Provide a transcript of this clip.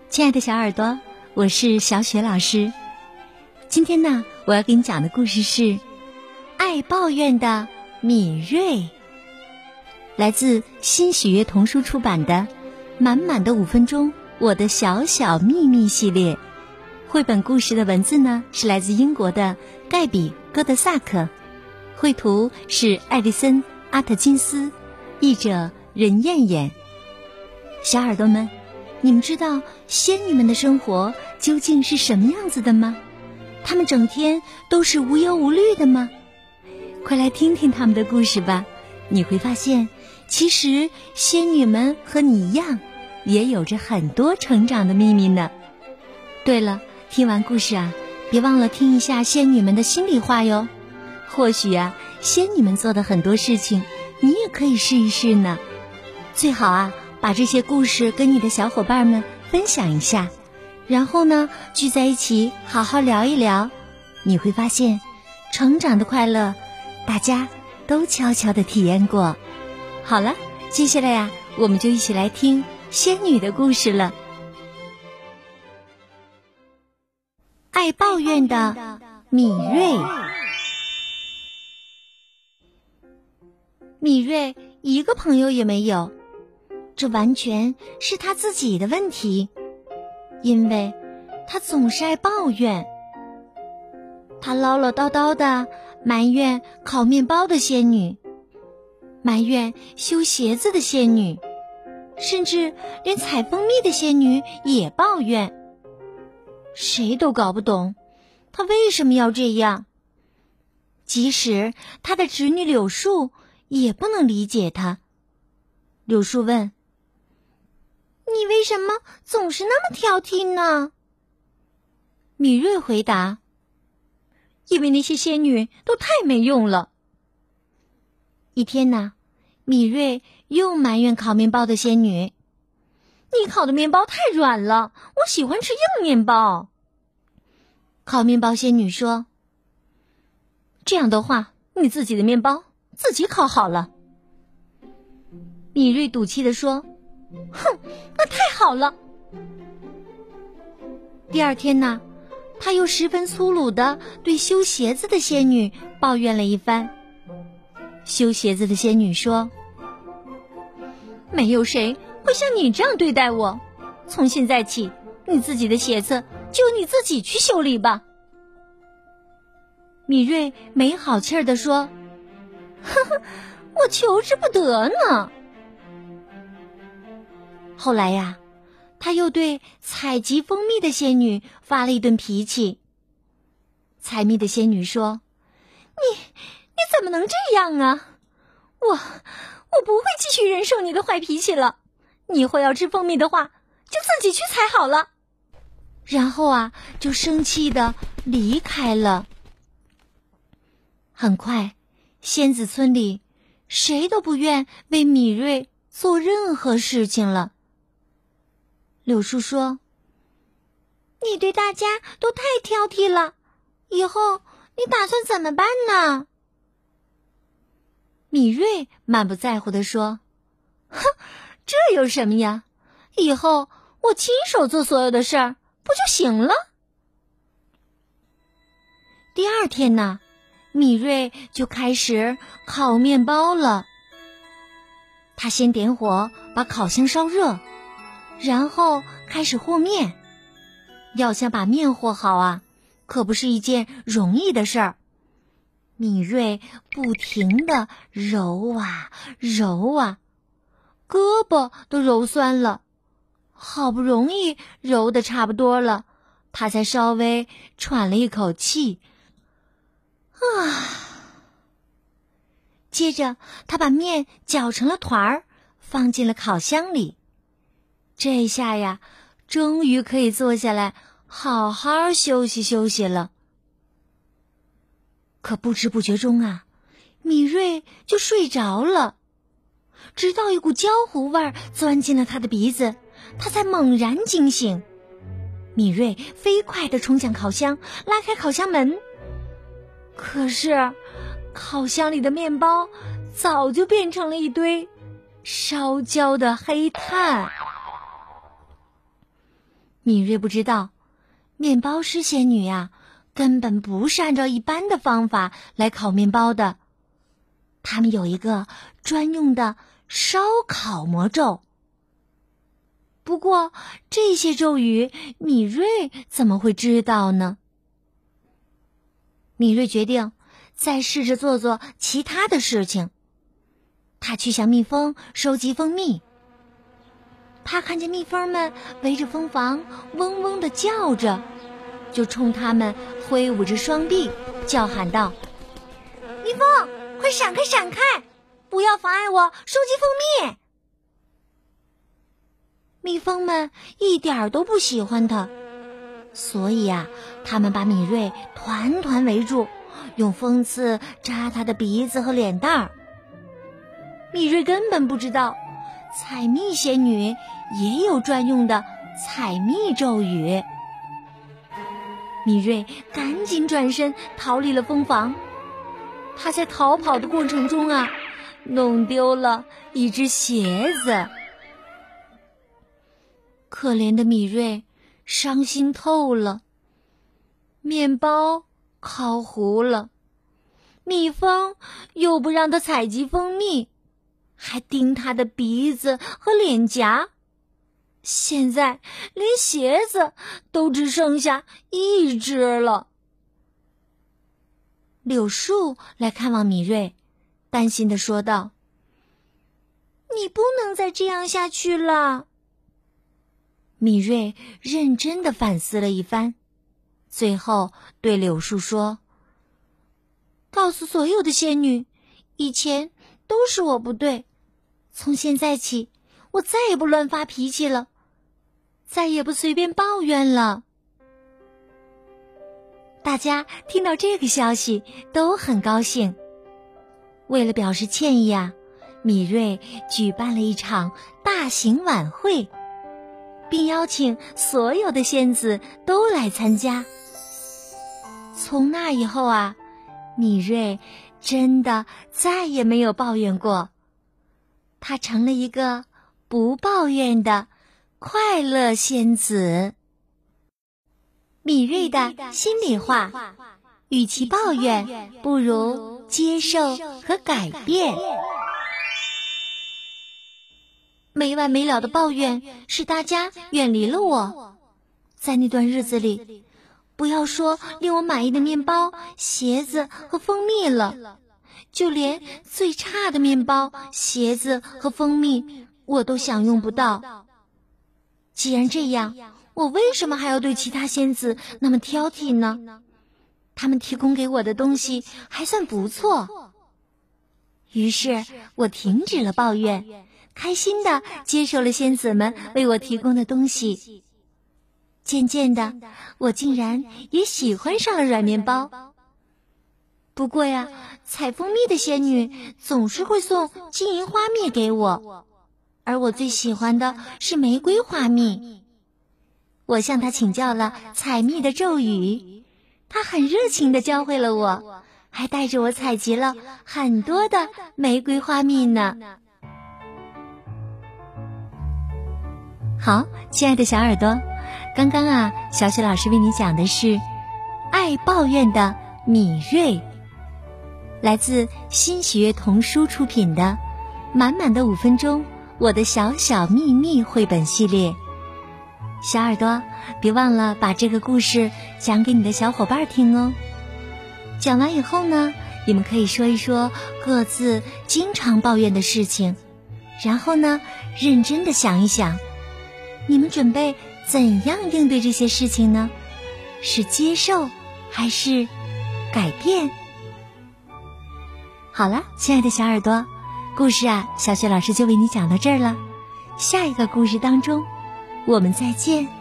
亲爱的小耳朵，我是小雪老师。今天呢，我要给你讲的故事是爱抱怨的米瑞，来自新喜悦童书出版的《满满的5分钟我的小小秘密》系列。绘本故事的文字呢，是来自英国的盖比·戈德萨克，绘图是艾丽森·阿特金斯，译者任燕燕。小耳朵们，你们知道仙女们的生活究竟是什么样子的吗？她们整天都是无忧无虑的吗？快来听听她们的故事吧，你会发现，其实仙女们和你一样，也有着很多成长的秘密呢。对了，听完故事啊，别忘了听一下仙女们的心里话哟。或许啊，仙女们做的很多事情，你也可以试一试呢。最好啊，把这些故事跟你的小伙伴们分享一下，然后呢，聚在一起好好聊一聊，你会发现成长的快乐大家都悄悄地体验过。好了，接下来呀，我们就一起来听仙女的故事了。爱抱怨的米瑞。米瑞一个朋友也没有，这完全是他自己的问题，因为他总是爱抱怨。他唠唠叨叨的埋怨烤面包的仙女，埋怨修鞋子的仙女，甚至连采蜂蜜的仙女也抱怨。谁都搞不懂他为什么要这样，即使他的侄女柳树也不能理解他。柳树问：你为什么总是那么挑剔呢？米瑞回答：因为那些仙女都太没用了。一天呢，米瑞又埋怨烤面包的仙女：你烤的面包太软了，我喜欢吃硬面包。烤面包仙女说：这样的话，你自己的面包自己烤好了。米瑞赌气地说：哼，那太好了。第二天呢，他又十分粗鲁地对修鞋子的仙女抱怨了一番。修鞋子的仙女说：没有谁会像你这样对待我，从现在起，你自己的鞋子就你自己去修理吧。米瑞没好气儿地说：呵呵，我求之不得呢。后来呀，他又对采集蜂蜜的仙女发了一顿脾气。采蜜的仙女说：你怎么能这样啊？我不会继续忍受你的坏脾气了，你以后要吃蜂蜜的话，就自己去采好了。然后啊，就生气地离开了。很快，仙子村里谁都不愿为米瑞做任何事情了。柳树说：你对大家都太挑剔了，以后你打算怎么办呢？米瑞满不在乎地说：哼，这有什么呀？以后我亲手做所有的事儿，不就行了？第二天呢，米瑞就开始烤面包了。他先点火把烤箱烧热，然后开始和面。要想把面和好啊，可不是一件容易的事儿。米瑞不停地揉啊揉啊，胳膊都揉酸了。好不容易揉得差不多了，他才稍微喘了一口气。接着他把面搅成了团儿，放进了烤箱里。这下呀，终于可以坐下来好好休息休息了。可不知不觉中啊，米瑞就睡着了，直到一股焦糊味儿钻进了他的鼻子，他才猛然惊醒。米瑞飞快地冲向烤箱，拉开烤箱门。可是烤箱里的面包早就变成了一堆烧焦的黑炭。 米瑞不知道，面包师仙女呀，根本不是按照一般的方法来烤面包的。他们有一个专用的烧烤魔咒。不过这些咒语，米瑞怎么会知道呢？米瑞决定再试着做做其他的事情。他去向蜜蜂收集蜂蜜。他看见蜜蜂们围着蜂房嗡嗡地叫着，就冲他们挥舞着双臂，叫喊道：“蜜蜂，快闪开闪开，不要妨碍我收集蜂蜜！”蜜蜂们一点儿都不喜欢他，所以啊，他们把米瑞团团围住，用锋刺扎他的鼻子和脸蛋儿。米瑞根本不知道，采蜜仙女也有专用的采蜜咒语。米瑞赶紧转身逃离了蜂房。他在逃跑的过程中啊，弄丢了一只鞋子。可怜的米瑞伤心透了。面包烤糊了，蜜蜂又不让他采集蜂蜜，还叮他的鼻子和脸颊。现在连鞋子都只剩下一只了。柳树来看望米瑞，担心地说道：“你不能再这样下去了。”米瑞认真地反思了一番，最后对柳树说：“告诉所有的仙女，以前都是我不对，从现在起，我再也不乱发脾气了，再也不随便抱怨了。”大家听到这个消息都很高兴。为了表示歉意啊，米瑞举办了一场大型晚会，并邀请所有的仙子都来参加。从那以后啊，米瑞真的再也没有抱怨过，她成了一个不抱怨的快乐仙子。米瑞的心里话：与其抱怨，不如接受和改变。没完没了的抱怨使大家远离了我。在那段日子里，不要说令我满意的面包、鞋子和蜂蜜了，就连最差的面包、鞋子和蜂蜜我都享用不到。既然这样，我为什么还要对其他仙子那么挑剔呢？他们提供给我的东西还算不错。于是我停止了抱怨，开心地接受了仙子们为我提供的东西。渐渐的，我竟然也喜欢上了软面包。不过呀，采蜂蜜的仙女总是会送金银花蜜给我，而我最喜欢的是玫瑰花蜜。我向她请教了采蜜的咒语，她很热情地教会了我，还带着我采集了很多的玫瑰花蜜呢。好，亲爱的小耳朵，刚刚啊，小雪老师为你讲的是爱抱怨的米瑞，来自新喜悦童书出品的《满满的5分钟我的小小秘密》绘本系列。小耳朵，别忘了把这个故事讲给你的小伙伴听哦。讲完以后呢，你们可以说一说各自经常抱怨的事情，然后呢，认真的想一想，你们准备怎样应对这些事情呢？是接受还是改变？好了，亲爱的小耳朵，故事啊，小雪老师就为你讲到这儿了。下一个故事当中，我们再见。